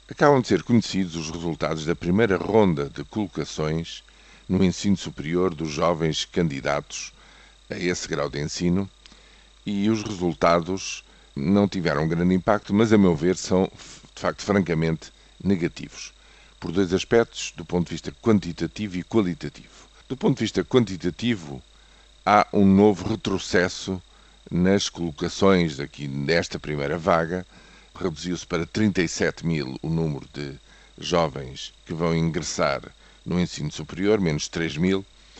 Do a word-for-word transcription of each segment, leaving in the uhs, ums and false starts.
Acabam de ser conhecidos os resultados da primeira ronda de colocações no ensino superior dos jovens candidatos a esse grau de ensino e os resultados não tiveram grande impacto, mas, a meu ver, são, de facto, francamente negativos. Por dois aspectos, do ponto de vista quantitativo e qualitativo. Do ponto de vista quantitativo, há um novo retrocesso nas colocações aqui nesta primeira vaga. Reduziu-se para trinta e sete mil o número de jovens que vão ingressar no ensino superior, menos três mil,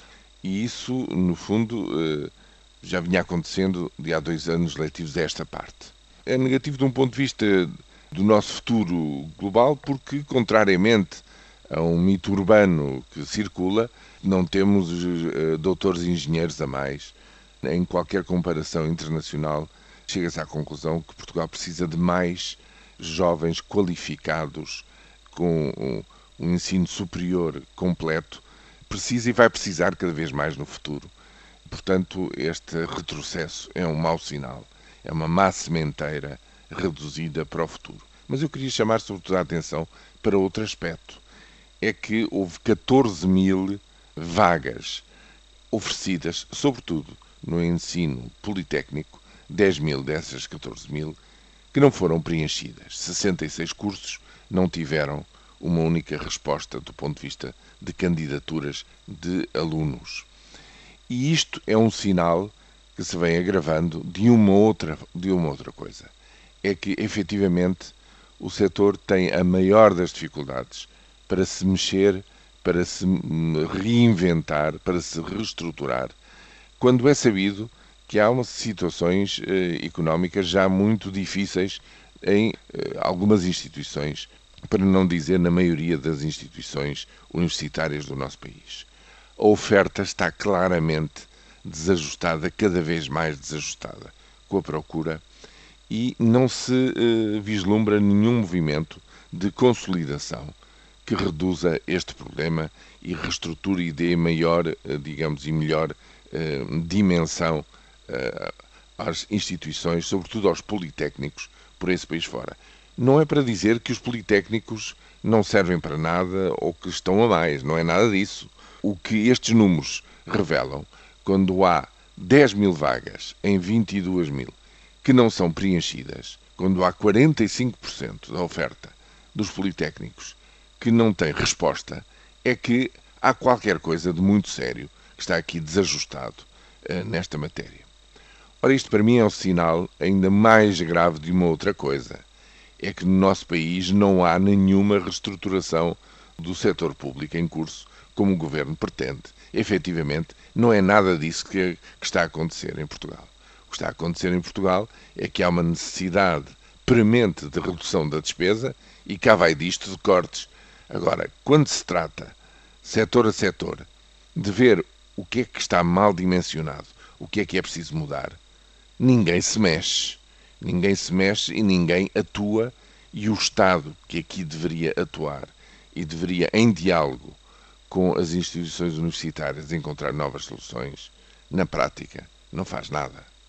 e isso, no fundo, já vinha acontecendo de há dois anos letivos a esta parte. É negativo de um ponto de vista do nosso futuro global, porque, contrariamente a um mito urbano que circula, não temos uh, doutores e engenheiros a mais. Em qualquer comparação internacional, chega-se à conclusão que Portugal precisa de mais jovens qualificados com um, um ensino superior completo. Precisa e vai precisar cada vez mais no futuro. Portanto, este retrocesso é um mau sinal. É uma má sementeira reduzida para o futuro. Mas eu queria chamar sobretudo a atenção para outro aspecto. É que houve catorze mil vagas oferecidas, sobretudo no ensino politécnico, dez mil dessas catorze mil, que não foram preenchidas. sessenta e seis cursos não tiveram uma única resposta do ponto de vista de candidaturas de alunos. E isto é um sinal que se vem agravando de uma outra, de uma outra coisa. É que, efetivamente, o setor tem a maior das dificuldades para se mexer, para se reinventar, para se reestruturar, quando é sabido que há umas situações eh, económicas já muito difíceis em eh, algumas instituições, para não dizer na maioria das instituições universitárias do nosso país. A oferta está claramente desajustada, cada vez mais desajustada com a procura, e não se eh, vislumbra nenhum movimento de consolidação que reduza este problema e reestruture e dê maior, eh, digamos, e melhor eh, dimensão eh, às instituições, sobretudo aos politécnicos, por esse país fora. Não é para dizer que os politécnicos não servem para nada ou que estão a mais, não é nada disso. O que estes números revelam, quando há dez mil vagas em vinte e duas mil que não são preenchidas, quando há quarenta e cinco por cento da oferta dos politécnicos que não tem resposta, é que há qualquer coisa de muito sério que está aqui desajustado uh, nesta matéria. Ora, isto para mim é um sinal ainda mais grave de uma outra coisa. É que no nosso país não há nenhuma reestruturação do setor público em curso, como o Governo pretende. Efetivamente, não é nada disso que, que está a acontecer em Portugal. O que está a acontecer em Portugal é que há uma necessidade premente de redução da despesa e cá vai disto de cortes. Agora, quando se trata, setor a setor, de ver o que é que está mal dimensionado, o que é que é preciso mudar, ninguém se mexe. Ninguém se mexe e ninguém atua, e o Estado, que aqui deveria atuar e deveria, em diálogo com as instituições universitárias, encontrar novas soluções, na prática, não faz nada.